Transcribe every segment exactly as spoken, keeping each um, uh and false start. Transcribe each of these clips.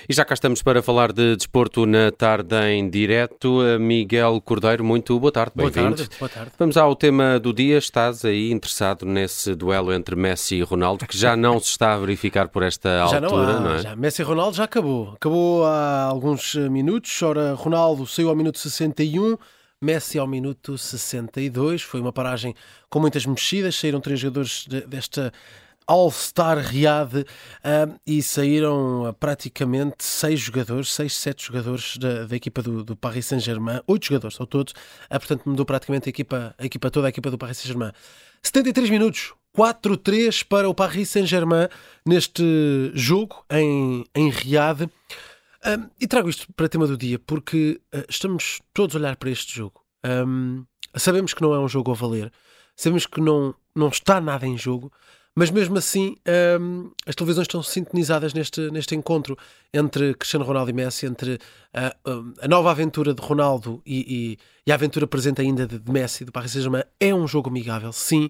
E já cá estamos para falar de desporto na tarde em direto. Miguel Cordeiro, muito boa tarde, bem-vindo. Boa tarde, boa tarde. Vamos ao tema do dia. Estás aí interessado nesse duelo entre Messi e Ronaldo, que já não se está a verificar por esta Já altura, não, há, não é? já. Messi e Ronaldo já acabou. Acabou há alguns minutos. Ora, Ronaldo saiu ao minuto sessenta e um, Messi ao minuto sessenta e dois. Foi uma paragem com muitas mexidas. Saíram três jogadores de, desta All-Star Riad uh, e saíram uh, praticamente seis jogadores, seis, sete jogadores da, da equipa do, do Paris Saint-Germain, oito jogadores ao todo, uh, portanto mudou praticamente a equipa, a equipa toda, a equipa do Paris Saint-Germain. setenta e três minutos, quatro a três para o Paris Saint-Germain neste jogo em, em Riad. Uh, e trago isto para o tema do dia porque uh, estamos todos a olhar para este jogo. Um, sabemos que não é um jogo a valer, sabemos que não, não está nada em jogo, mas mesmo assim um, as televisões estão sintonizadas neste, neste encontro entre Cristiano Ronaldo e Messi, entre uh, um, a nova aventura de Ronaldo e, e, e a aventura presente ainda de, de Messi, do Paris Saint-Germain. É um jogo amigável, sim,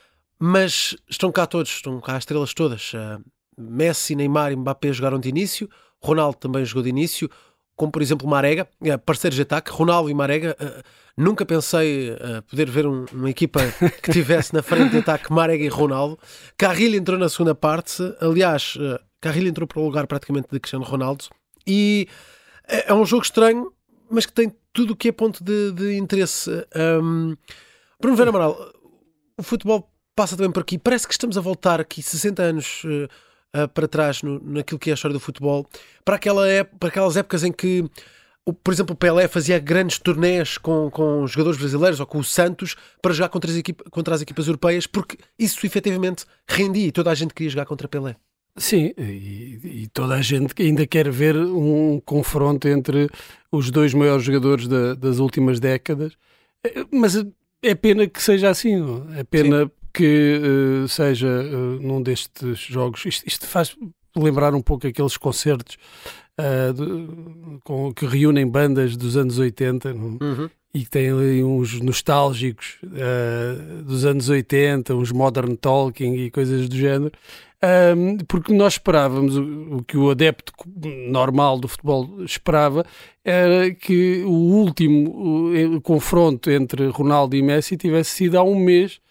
mas estão cá todos, estão cá as estrelas todas. Uh, Messi, Neymar e Mbappé jogaram de início, Ronaldo também jogou de início, como por exemplo Marega, parceiros de ataque. Ronaldo e Marega, uh, nunca pensei uh, poder ver um, uma equipa que tivesse na frente de ataque Marega e Ronaldo. Carrilho entrou na segunda parte, aliás, uh, Carrilho entrou para o lugar praticamente de Cristiano Ronaldo, e é, é um jogo estranho, mas que tem tudo o que é ponto de, de interesse. Um, Bruno Vera Amaral, o futebol passa também por aqui, parece que estamos a voltar aqui sessenta anos uh, Uh, para trás no, naquilo que é a história do futebol, para, aquela época, para aquelas épocas em que, o, por exemplo, o Pelé fazia grandes turnés com, com jogadores brasileiros ou com o Santos para jogar contra as, equipa, contra as equipas europeias, porque isso efetivamente rendia e toda a gente queria jogar contra Pelé. Sim, e, e toda a gente ainda quer ver um confronto entre os dois maiores jogadores da, das últimas décadas, mas é pena que seja assim, não? É pena. Sim. Que uh, seja uh, num destes jogos. Isto, isto faz lembrar um pouco aqueles concertos uh, de, com, que reúnem bandas dos anos oitenta, uhum. E que têm ali uns nostálgicos uh, dos anos oitenta, uns modern talking e coisas do género, um, porque nós esperávamos, o, o que o adepto normal do futebol esperava era que o último o, o confronto entre Ronaldo e Messi tivesse sido há um mês.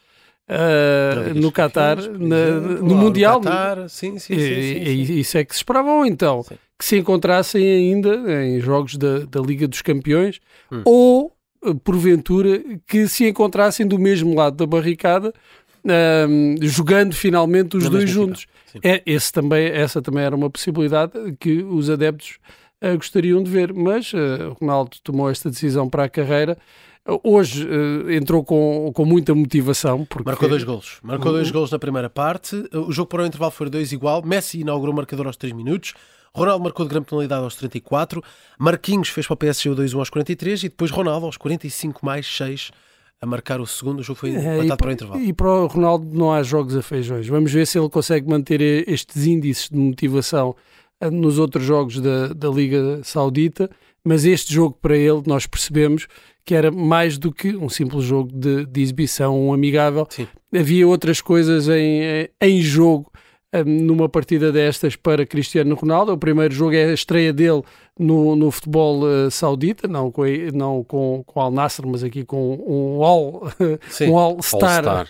Uh, no Qatar, na, no Mundial, no Qatar, sim, sim, sim, e, sim, sim. Isso é que se esperava, ou então sim. Que se encontrassem ainda em jogos da, da Liga dos Campeões, hum. ou porventura que se encontrassem do mesmo lado da barricada, um, jogando finalmente os Na dois juntos. É, esse também, essa também era uma possibilidade que os adeptos uh, gostariam de ver, mas uh, Ronaldo tomou esta decisão para a carreira. Hoje uh, entrou com, com muita motivação. Porque... Marcou dois golos. Marcou dois golos na primeira parte. O jogo para o intervalo foi dois igual. Messi inaugurou o marcador aos três minutos. Ronaldo marcou de grande penalidade aos trinta e quatro. Marquinhos fez para o P S G o dois a um aos quarenta e três. E depois Ronaldo aos quarenta e cinco mais seis a marcar o segundo. O jogo foi empatado é, para o intervalo. E para o Ronaldo não há jogos a feijões. Vamos ver se ele consegue manter estes índices de motivação nos outros jogos da, da Liga Saudita. Mas este jogo para ele nós percebemos que era mais do que um simples jogo de, de exibição, um amigável. Sim. Havia outras coisas em, em jogo numa partida destas para Cristiano Ronaldo. O primeiro jogo é a estreia dele no, no futebol uh, saudita, não com, não com, com Al Nassr, mas aqui com um All, um All-Star all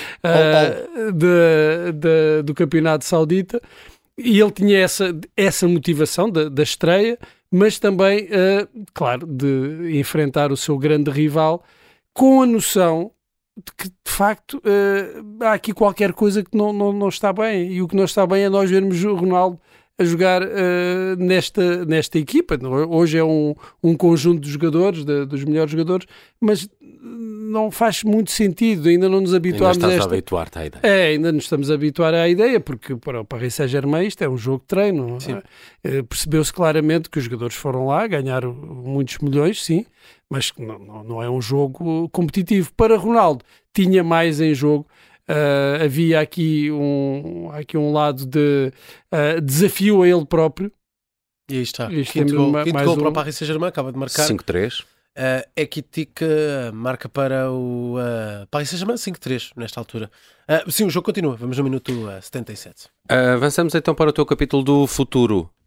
uh, de, de, do campeonato saudita. E ele tinha essa, essa motivação da, da estreia, mas também, uh, claro, de enfrentar o seu grande rival com a noção de que, de facto, uh, há aqui qualquer coisa que não, não, não está bem. E o que não está bem é nós vermos o Ronaldo a jogar uh, nesta, nesta equipa. Hoje é um, um conjunto de jogadores, de, dos melhores jogadores, mas não faz muito sentido, ainda não nos habituámos ainda a esta... a habituar-te à ideia. É, ainda nos estamos a habituar à ideia, porque para o Paris Saint-Germain isto é um jogo de treino. É? Percebeu-se claramente que os jogadores foram lá, ganharam muitos milhões, sim, mas não, não, não é um jogo competitivo. Para Ronaldo, tinha mais em jogo. Uh, havia aqui um, aqui um lado de uh, desafio a ele próprio. E aí está, Isto quinto gol, quinto gol um... para o Paris Saint-Germain, acaba de marcar cinco três. Uh, Equitic uh, marca para o uh, Paris Saint-Germain cinco três nesta altura. Uh, sim, o jogo continua, vamos no minuto uh, setenta e sete. Uh, avançamos então para o teu capítulo do futuro.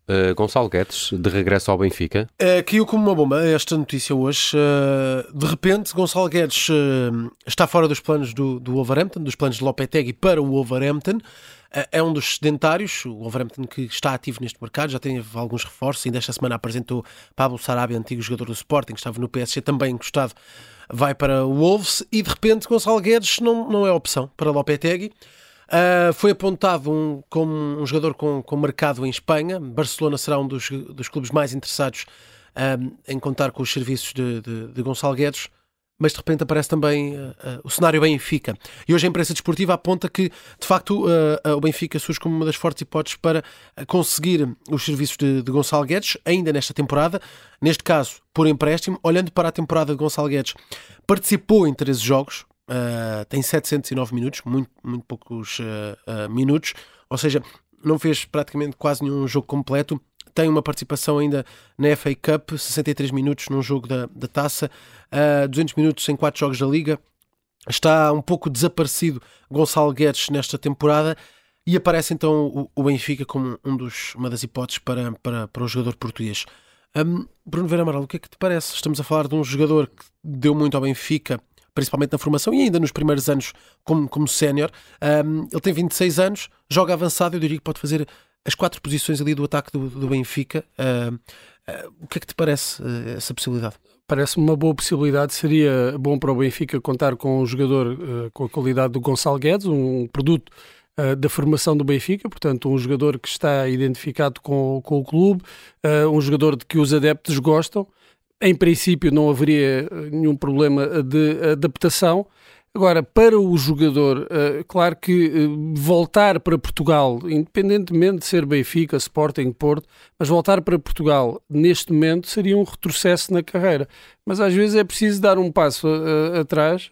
Uh, Gonçalo Guedes, de regresso ao Benfica. Uh, caiu como uma bomba esta notícia hoje. Uh, de repente, Gonçalo Guedes uh, está fora dos planos do, do Wolverhampton, dos planos de Lopetegui para o Wolverhampton. Uh, é um dos sedentários, o Wolverhampton que está ativo neste mercado, já tem alguns reforços. Ainda esta semana apresentou Pablo Sarabia, antigo jogador do Sporting, que estava no P S G, também encostado, vai para o Wolves. E de repente, Gonçalo Guedes não, não é opção para Lopetegui. Uh, foi apontado um, como um jogador com, com mercado em Espanha. Barcelona será um dos, dos clubes mais interessados uh, em contar com os serviços de, de, de Gonçalo Guedes, mas de repente aparece também uh, uh, o cenário Benfica. E hoje a imprensa desportiva aponta que, de facto, uh, uh, o Benfica surge como uma das fortes hipóteses para uh, conseguir os serviços de, de Gonçalo Guedes, ainda nesta temporada, neste caso por empréstimo. Olhando para a temporada de Gonçalo Guedes, participou em treze jogos, Uh, tem setecentos e nove minutos, muito, muito poucos uh, uh, minutos, ou seja, não fez praticamente quase nenhum jogo completo. Tem uma participação ainda na F A Cup, sessenta e três minutos num jogo da, da Taça, uh, duzentos minutos em quatro jogos da Liga. Está um pouco desaparecido Gonçalo Guedes nesta temporada e aparece então o, o Benfica como um dos, uma das hipóteses para, para, para o jogador português. Um, Bruno Vera Amaral, o que é que te parece? Estamos a falar de um jogador que deu muito ao Benfica, principalmente na formação e ainda nos primeiros anos como, como sénior. Um, ele tem vinte e seis anos, joga avançado, eu diria que pode fazer as quatro posições ali do ataque do, do Benfica. Uh, uh, o que é que te parece uh, essa possibilidade? Parece-me uma boa possibilidade. Seria bom para o Benfica contar com um jogador uh, com a qualidade do Gonçalo Guedes, um produto uh, da formação do Benfica, portanto um jogador que está identificado com, com o clube, uh, um jogador de que os adeptos gostam. Em princípio não haveria nenhum problema de adaptação. Agora, para o jogador, claro que voltar para Portugal, independentemente de ser Benfica, Sporting, Porto, mas voltar para Portugal neste momento seria um retrocesso na carreira. Mas às vezes é preciso dar um passo atrás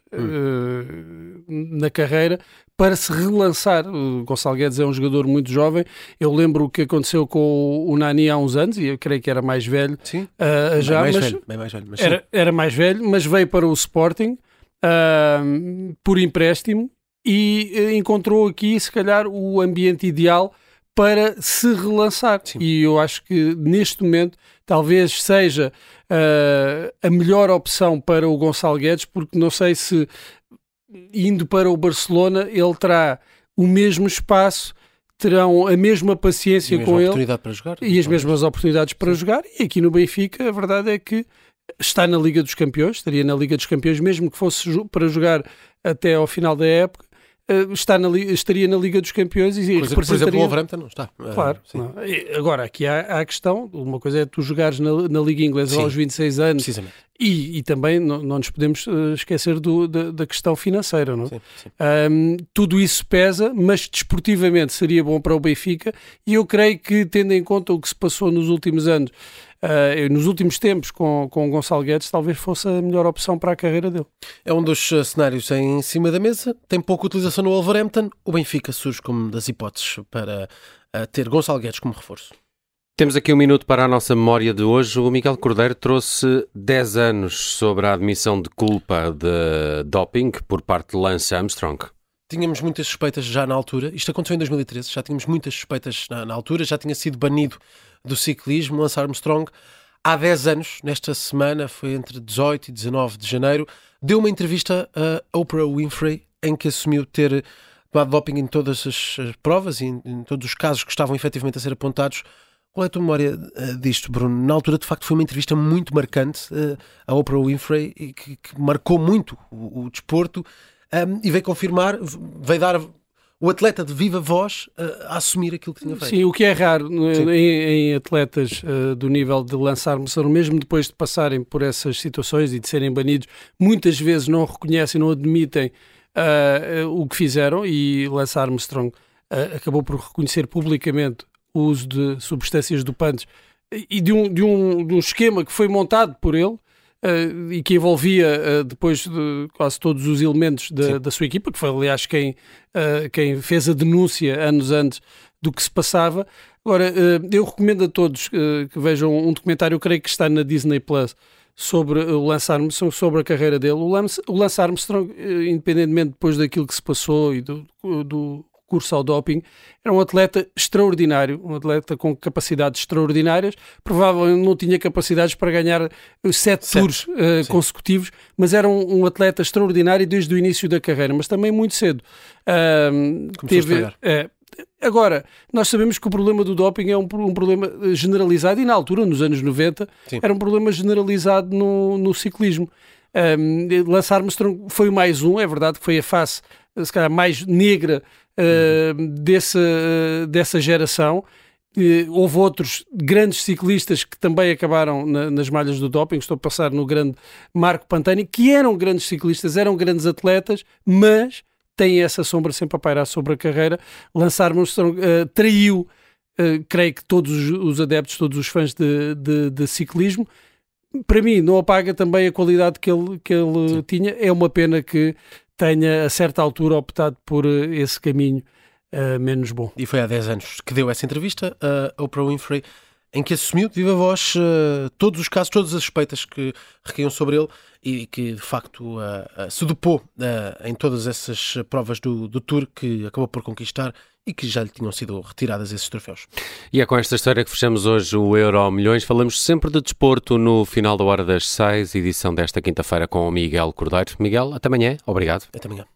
hum. na carreira para se relançar. O Gonçalo Guedes é um jogador muito jovem. Eu lembro o que aconteceu com o Nani há uns anos, e eu creio que era mais velho. Sim, uh, já, bem mais mas velho, bem mais velho. Mas era, era mais velho, mas veio para o Sporting uh, por empréstimo e uh, encontrou aqui, se calhar, o ambiente ideal para se relançar. Sim. E eu acho que neste momento talvez seja uh, a melhor opção para o Gonçalo Guedes, porque não sei se indo para o Barcelona ele terá o mesmo espaço, terão a mesma paciência com ele oportunidade para jogar, e as mesmas oportunidades para Sim. jogar. E aqui no Benfica a verdade é que está na Liga dos Campeões, estaria na Liga dos Campeões, mesmo que fosse para jogar até ao final da época. Está na, estaria na Liga dos Campeões e coisa, representaria... Por exemplo, o Wolverhampton não está. Claro. Uh, não. Agora, aqui há, há a questão, uma coisa é tu jogares na, na Liga Inglesa Sim, aos vinte e seis anos e, e também não, não nos podemos uh, esquecer do, da, da questão financeira, não? Sim, sim. Um, tudo isso pesa, mas desportivamente seria bom para o Benfica e eu creio que, tendo em conta o que se passou nos últimos anos, Uh, nos últimos tempos com, com o Gonçalo Guedes, talvez fosse a melhor opção para a carreira dele. É um dos uh, cenários em cima da mesa, tem pouca utilização no Wolverhampton, o Benfica surge como das hipóteses para uh, ter Gonçalo Guedes como reforço. Temos aqui um minuto para a nossa memória de hoje. O Miguel Cordeiro trouxe dez anos sobre a admissão de culpa de doping por parte de Lance Armstrong. Tínhamos muitas suspeitas já na altura, isto aconteceu em dois mil e treze, já tínhamos muitas suspeitas na, na altura, já tinha sido banido do ciclismo. Lance Armstrong, há dez anos, nesta semana, foi entre dezoito e dezanove de janeiro, deu uma entrevista a Oprah Winfrey em que assumiu ter tomado doping em todas as provas e em, em todos os casos que estavam efetivamente a ser apontados. Qual é a tua memória uh, disto, Bruno? Na altura, de facto, foi uma entrevista muito marcante uh, a Oprah Winfrey e que, que marcou muito o, o desporto. Um, e veio confirmar, veio dar o atleta de viva voz uh, a assumir aquilo que tinha feito. Sim, o que é raro em, em atletas uh, do nível de Lance Armstrong, mesmo depois de passarem por essas situações e de serem banidos, muitas vezes não reconhecem, não admitem uh, uh, o que fizeram, e Lance Armstrong uh, acabou por reconhecer publicamente o uso de substâncias dopantes e de um, de um, de um esquema que foi montado por ele. Uh, e que envolvia uh, depois de quase todos os elementos da, da sua equipa, que foi aliás quem, uh, quem fez a denúncia anos antes do que se passava. Agora, uh, eu recomendo a todos uh, que vejam um documentário, eu creio que está na Disney Plus, sobre o Lance Armstrong, sobre a carreira dele. O Lance, o Lance Armstrong, uh, independentemente depois daquilo que se passou e do, do recurso ao doping. Era um atleta extraordinário, um atleta com capacidades extraordinárias, provavelmente não tinha capacidades para ganhar sete, sete. tours uh, consecutivos, mas era um, um atleta extraordinário desde o início da carreira, mas também muito cedo. Uh, teve, uh, agora, nós sabemos que o problema do doping é um, um problema generalizado e na altura, nos anos noventa, Sim. era um problema generalizado no, no ciclismo. Um, Lance Armstrong foi mais um, é verdade que foi a face se calhar mais negra uh, uhum. dessa, uh, dessa geração. Uh, houve outros grandes ciclistas que também acabaram na, nas malhas do doping. Estou a passar no grande Marco Pantani, que eram grandes ciclistas, eram grandes atletas, mas têm essa sombra sempre a pairar sobre a carreira. Lance Armstrong uh, traiu, uh, creio que todos os, os adeptos, todos os fãs de, de, de ciclismo. Para mim, não apaga também a qualidade que ele, que ele tinha. É uma pena que tenha, a certa altura, optado por esse caminho uh, menos bom. E foi há dez anos que deu essa entrevista a Oprah Winfrey, em que assumiu de viva voz uh, todos os casos, todas as suspeitas que recaíam sobre ele e que, de facto, uh, uh, se dopou uh, em todas essas provas do, do Tour, que acabou por conquistar e que já lhe tinham sido retiradas esses troféus. E é com esta história que fechamos hoje o Euro Milhões. Falamos sempre de desporto no final da Hora das Seis, edição desta quinta-feira com o Miguel Cordeiro. Miguel, até amanhã. Obrigado. Até amanhã.